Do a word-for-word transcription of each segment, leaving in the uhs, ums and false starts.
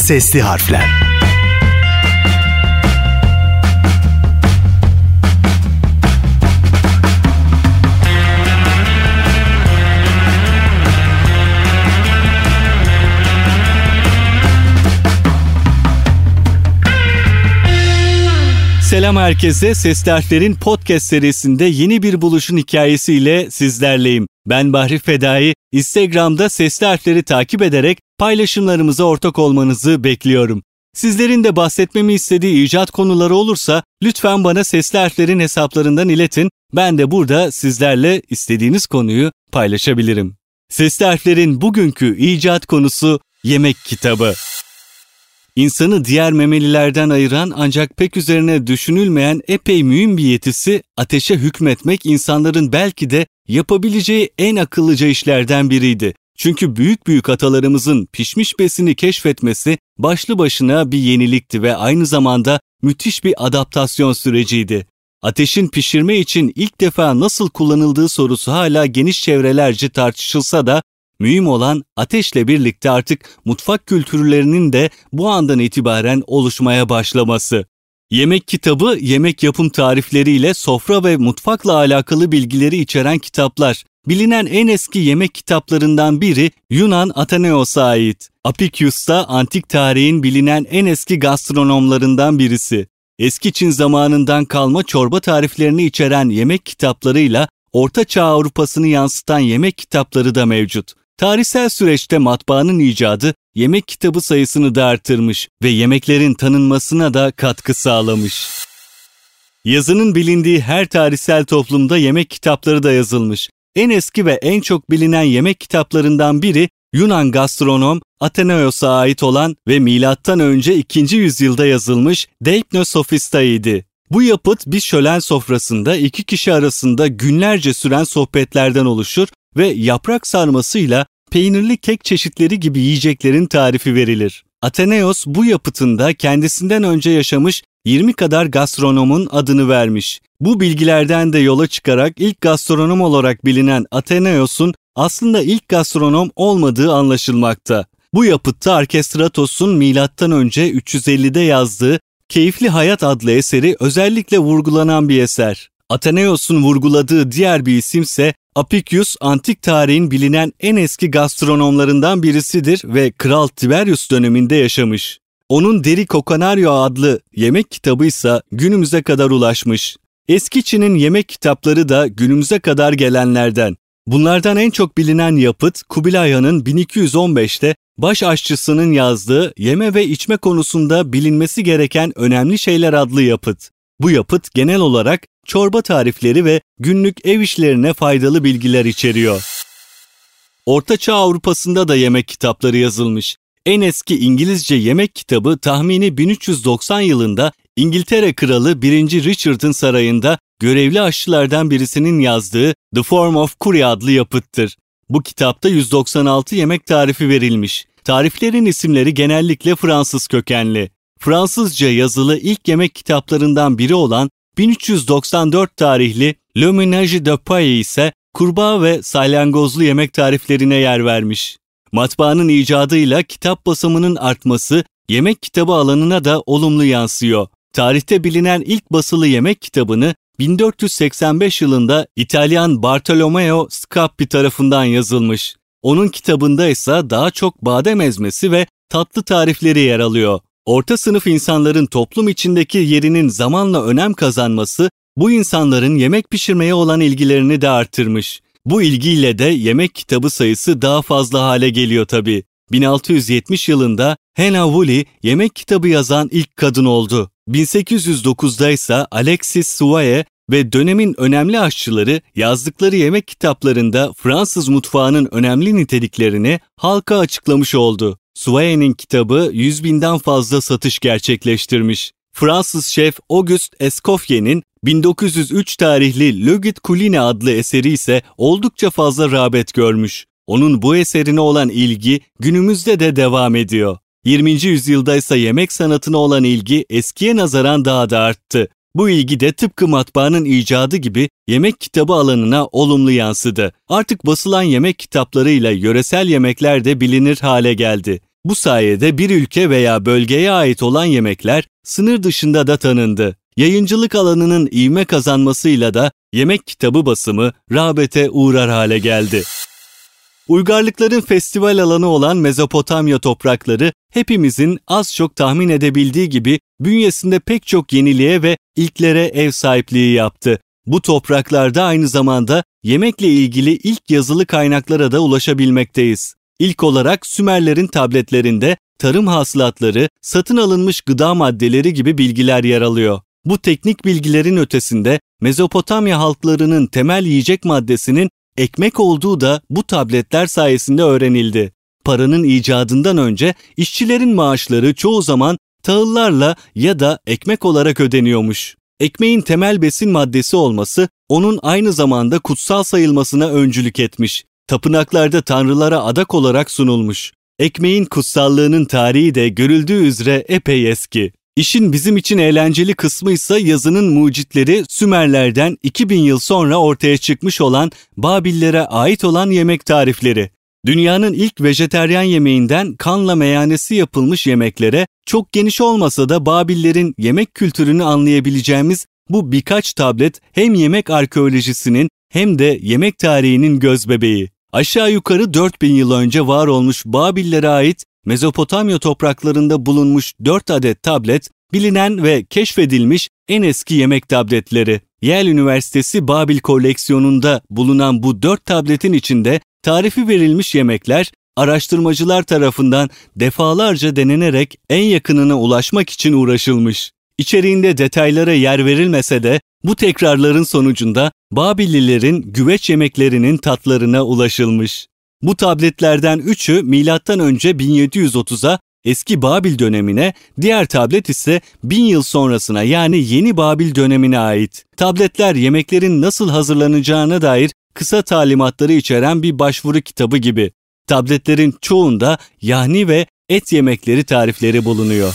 Sesli Harfler. Selam herkese, Sesli Harfler'in podcast serisinde yeni bir buluşun hikayesiyle sizlerleyim. Ben Bahri Fedai, Instagram'da Sesli Harfler'i takip ederek paylaşımlarımıza ortak olmanızı bekliyorum. Sizlerin de bahsetmemi istediği icat konuları olursa lütfen bana Sesli Harfler'in hesaplarından iletin. Ben de burada sizlerle istediğiniz konuyu paylaşabilirim. Sesli Harfler'in bugünkü icat konusu yemek kitabı. İnsanı diğer memelilerden ayıran ancak pek üzerine düşünülmeyen epey mühim bir yetisi, ateşe hükmetmek insanların belki de yapabileceği en akıllıca işlerden biriydi. Çünkü büyük büyük atalarımızın pişmiş besini keşfetmesi başlı başına bir yenilikti ve aynı zamanda müthiş bir adaptasyon süreciydi. Ateşin pişirme için ilk defa nasıl kullanıldığı sorusu hala geniş çevrelerce tartışılsa da, mühim olan ateşle birlikte artık mutfak kültürlerinin de bu andan itibaren oluşmaya başlaması. Yemek kitabı, yemek yapım tarifleriyle sofra ve mutfakla alakalı bilgileri içeren kitaplar. Bilinen en eski yemek kitaplarından biri Yunan Ateneos'a ait. Apicius da antik tarihin bilinen en eski gastronomlarından birisi. Eski Çin zamanından kalma çorba tariflerini içeren yemek kitaplarıyla Orta Çağ Avrupa'sını yansıtan yemek kitapları da mevcut. Tarihsel süreçte matbaanın icadı yemek kitabı sayısını da artırmış ve yemeklerin tanınmasına da katkı sağlamış. Yazının bilindiği her tarihsel toplumda yemek kitapları da yazılmış. En eski ve en çok bilinen yemek kitaplarından biri Yunan gastronom Ateneos'a ait olan ve milattan önce ikinci yüzyılda yazılmış Deipnos Sophista'ydı. Bu yapıt bir şölen sofrasında iki kişi arasında günlerce süren sohbetlerden oluşur ve yaprak sarmasıyla peynirli kek çeşitleri gibi yiyeceklerin tarifi verilir. Ateneos bu yapıtında kendisinden önce yaşamış yirmi kadar gastronomun adını vermiş. Bu bilgilerden de yola çıkarak ilk gastronom olarak bilinen Ateneos'un aslında ilk gastronom olmadığı anlaşılmakta. Bu yapıtta Arkestratos'un milattan önce üç yüz ellide yazdığı Keyifli Hayat adlı eseri özellikle vurgulanan bir eser. Ateneos'un vurguladığı diğer bir isimse Apicius, antik tarihin bilinen en eski gastronomlarından birisidir ve Kral Tiberius döneminde yaşamış. Onun Deri Kokanario adlı yemek kitabı ise günümüze kadar ulaşmış. Eski Çin'in yemek kitapları da günümüze kadar gelenlerden. Bunlardan en çok bilinen yapıt Kubilay Han'ın bin iki yüz on beşte baş aşçısının yazdığı yeme ve içme konusunda bilinmesi gereken önemli şeyler adlı yapıt. Bu yapıt genel olarak çorba tarifleri ve günlük ev işlerine faydalı bilgiler içeriyor. Orta Çağ Avrupa'sında da yemek kitapları yazılmış. En eski İngilizce yemek kitabı tahmini bin üç yüz doksan yılında İngiltere Kralı birinci Richard'ın sarayında görevli aşçılardan birisinin yazdığı The Form of Cury adlı yapıttır. Bu kitapta yüz doksan altı yemek tarifi verilmiş. Tariflerin isimleri genellikle Fransız kökenli. Fransızca yazılı ilk yemek kitaplarından biri olan bin üç yüz doksan dört tarihli Le Ménage de Paris ise kurbağa ve salyangozlu yemek tariflerine yer vermiş. Matbaanın icadıyla kitap basımının artması yemek kitabı alanına da olumlu yansıyor. Tarihte bilinen ilk basılı yemek kitabını bin dört yüz seksen beş yılında İtalyan Bartolomeo Scappi tarafından yazılmış. Onun kitabında ise daha çok badem ezmesi ve tatlı tarifleri yer alıyor. Orta sınıf insanların toplum içindeki yerinin zamanla önem kazanması, bu insanların yemek pişirmeye olan ilgilerini de artırmış. Bu ilgiyle de yemek kitabı sayısı daha fazla hale geliyor tabii. bin altı yüz yetmiş yılında Hannah Woolley yemek kitabı yazan ilk kadın oldu. bin sekiz yüz dokuzda ise Alexis Souaye ve dönemin önemli aşçıları yazdıkları yemek kitaplarında Fransız mutfağının önemli niteliklerini halka açıklamış oldu. Souaye'nin kitabı yüz binden fazla satış gerçekleştirmiş. Fransız şef Auguste Escoffier'in bin dokuz yüz üç tarihli Le Guide Culine adlı eseri ise oldukça fazla rağbet görmüş. Onun bu eserine olan ilgi günümüzde de devam ediyor. yirminci yüzyılda ise yemek sanatına olan ilgi eskiye nazaran daha da arttı. Bu ilgi de tıpkı matbaanın icadı gibi yemek kitabı alanına olumlu yansıdı. Artık basılan yemek kitaplarıyla yöresel yemekler de bilinir hale geldi. Bu sayede bir ülke veya bölgeye ait olan yemekler sınır dışında da tanındı. Yayıncılık alanının ivme kazanmasıyla da yemek kitabı basımı rağbete uğrar hale geldi. Uygarlıkların festival alanı olan Mezopotamya toprakları hepimizin az çok tahmin edebildiği gibi bünyesinde pek çok yeniliğe ve ilklere ev sahipliği yaptı. Bu topraklarda aynı zamanda yemekle ilgili ilk yazılı kaynaklara da ulaşabilmekteyiz. İlk olarak Sümerlerin tabletlerinde tarım hasılatları, satın alınmış gıda maddeleri gibi bilgiler yer alıyor. Bu teknik bilgilerin ötesinde Mezopotamya halklarının temel yiyecek maddesinin ekmek olduğu da bu tabletler sayesinde öğrenildi. Paranın icadından önce işçilerin maaşları çoğu zaman tahıllarla ya da ekmek olarak ödeniyormuş. Ekmeğin temel besin maddesi olması onun aynı zamanda kutsal sayılmasına öncülük etmiş. Tapınaklarda tanrılara adak olarak sunulmuş. Ekmeğin kutsallığının tarihi de görüldüğü üzere epey eski. İşin bizim için eğlenceli kısmı ise yazının mucitleri Sümerlerden iki bin yıl sonra ortaya çıkmış olan Babillere ait olan yemek tarifleri. Dünyanın ilk vejeteryan yemeğinden kanla meyanesi yapılmış yemeklere çok geniş olmasa da Babillerin yemek kültürünü anlayabileceğimiz bu birkaç tablet hem yemek arkeolojisinin hem de yemek tarihinin gözbebeği. Aşağı yukarı dört bin yıl önce var olmuş Babillere ait Mezopotamya topraklarında bulunmuş dört adet tablet, bilinen ve keşfedilmiş en eski yemek tabletleri. Yale Üniversitesi Babil koleksiyonunda bulunan bu dört tabletin içinde tarifi verilmiş yemekler, araştırmacılar tarafından defalarca denenerek en yakınına ulaşmak için uğraşılmış. İçeriğinde detaylara yer verilmese de bu tekrarların sonucunda Babillilerin güveç yemeklerinin tatlarına ulaşılmış. Bu tabletlerden üçü milattan önce bin yedi yüz otuza eski Babil dönemine, diğer tablet ise bin yıl sonrasına yani yeni Babil dönemine ait. Tabletler yemeklerin nasıl hazırlanacağına dair kısa talimatları içeren bir başvuru kitabı gibi. Tabletlerin çoğunda yahni ve et yemekleri tarifleri bulunuyor.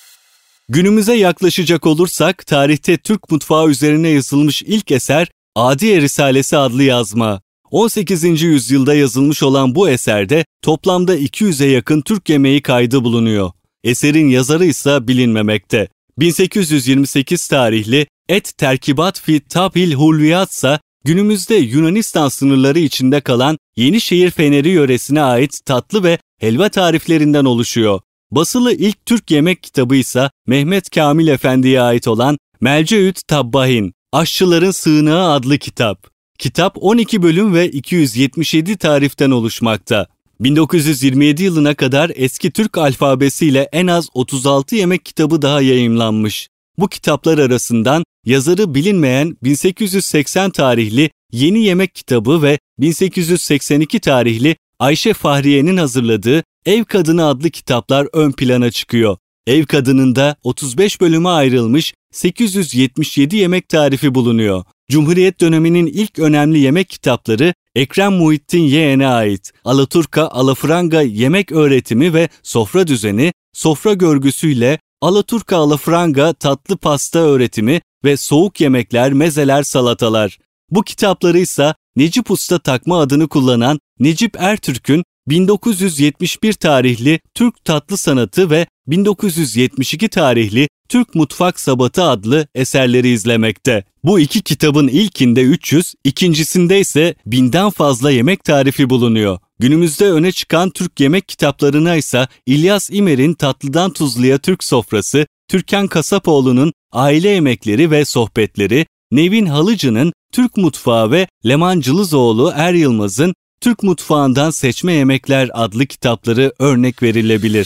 Günümüze yaklaşacak olursak tarihte Türk mutfağı üzerine yazılmış ilk eser Adiye Risalesi adlı yazma. on sekizinci yüzyılda yazılmış olan bu eserde toplamda iki yüze yakın Türk yemeği kaydı bulunuyor. Eserin yazarı ise bilinmemekte. bin sekiz yüz yirmi sekiz tarihli Et Terkibat fi Tabhil Hulviyat ise günümüzde Yunanistan sınırları içinde kalan Yenişehir Feneri yöresine ait tatlı ve helva tariflerinden oluşuyor. Basılı ilk Türk yemek kitabı ise Mehmet Kamil Efendi'ye ait olan Melceüt Tabbahin, Aşçıların Sığınağı adlı kitap. Kitap on iki bölüm ve iki yüz yetmiş yedi tariften oluşmakta. bin dokuz yüz yirmi yedi yılına kadar eski Türk alfabesiyle en az otuz altı yemek kitabı daha yayımlanmış. Bu kitaplar arasından yazarı bilinmeyen bin sekiz yüz seksen tarihli Yeni Yemek kitabı ve bin sekiz yüz seksen iki tarihli Ayşe Fahriye'nin hazırladığı Ev Kadını adlı kitaplar ön plana çıkıyor. Ev Kadını'nda otuz beş bölüme ayrılmış sekiz yüz yetmiş yedi yemek tarifi bulunuyor. Cumhuriyet döneminin ilk önemli yemek kitapları Ekrem Muhittin Yeğen'e ait. Alaturka, Alafranga yemek öğretimi ve sofra düzeni, sofra görgüsüyle Alaturka, Alafranga tatlı pasta öğretimi ve soğuk yemekler, mezeler, salatalar. Bu kitapları ise Necip Usta takma adını kullanan Necip Ertürk'ün bin dokuz yüz yetmiş bir tarihli Türk Tatlı Sanatı ve bin dokuz yüz yetmiş iki tarihli Türk Mutfak Sabatı adlı eserleri izlemekte. Bu iki kitabın ilkinde üç yüz, ikincisinde ise binden fazla yemek tarifi bulunuyor. Günümüzde öne çıkan Türk yemek kitaplarına ise İlyas İmer'in Tatlıdan Tuzluya Türk Sofrası, Türkan Kasapoğlu'nun Aile Yemekleri ve Sohbetleri, Nevin Halıcı'nın Türk Mutfağı ve Leman Cılızoğlu Er Yılmaz'ın Türk Mutfağından Seçme Yemekler adlı kitapları örnek verilebilir.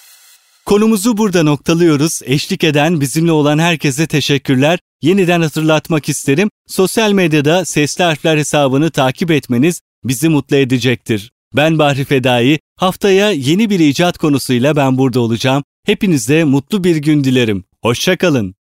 Konumuzu burada noktalıyoruz. Eşlik eden, bizimle olan herkese teşekkürler. Yeniden hatırlatmak isterim. Sosyal medyada Sesli Harfler hesabını takip etmeniz bizi mutlu edecektir. Ben Bahri Fedai. Haftaya yeni bir icat konusuyla ben burada olacağım. Hepinize mutlu bir gün dilerim. Hoşça kalın.